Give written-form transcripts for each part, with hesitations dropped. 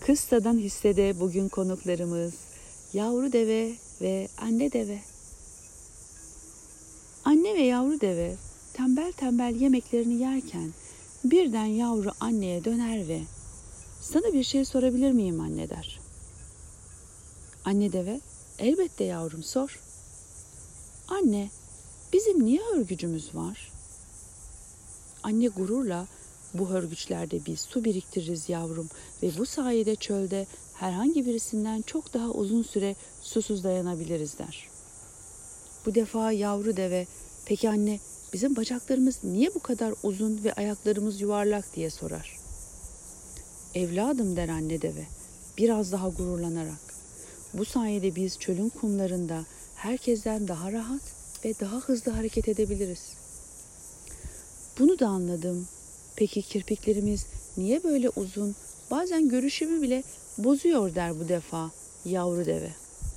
Kıstadan Hisse'de bugün konuklarımız yavru deve ve anne deve. Anne ve yavru deve tembel tembel yemeklerini yerken birden yavru anneye döner ve "Sana bir şey sorabilir miyim anne?" der. Anne deve "Elbette yavrum, sor." "Anne, bizim niye hörgücümüz var?" Anne gururla "Bu hörgüçlerde biz su biriktiririz yavrum ve bu sayede çölde herhangi birisinden çok daha uzun süre susuz dayanabiliriz" der. Bu defa yavru deve "Peki anne, bizim bacaklarımız niye bu kadar uzun ve ayaklarımız yuvarlak?" diye sorar. "Evladım" der anne deve biraz daha gururlanarak, "Bu sayede biz çölün kumlarında herkesten daha rahat ve daha hızlı hareket edebiliriz." "Bunu da anladım. Peki kirpiklerimiz niye böyle uzun, bazen görüşümü bile bozuyor?" der bu defa yavru deve.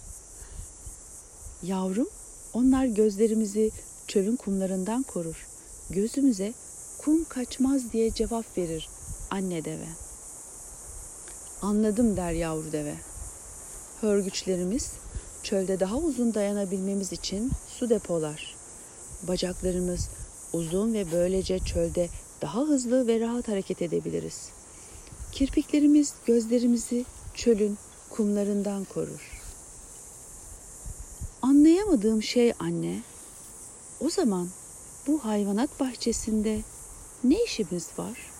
"Yavrum, onlar gözlerimizi çölün kumlarından korur. Gözümüze kum kaçmaz" diye cevap verir anne deve. "Anladım" der yavru deve. "Hörgüçlerimiz çölde daha uzun dayanabilmemiz için su depolar. Bacaklarımız uzun ve böylece çölde daha hızlı ve rahat hareket edebiliriz. Kirpiklerimiz gözlerimizi çölün kumlarından korur." "Anlayamadığım şey anne, o zaman bu hayvanat bahçesinde ne işimiz var?"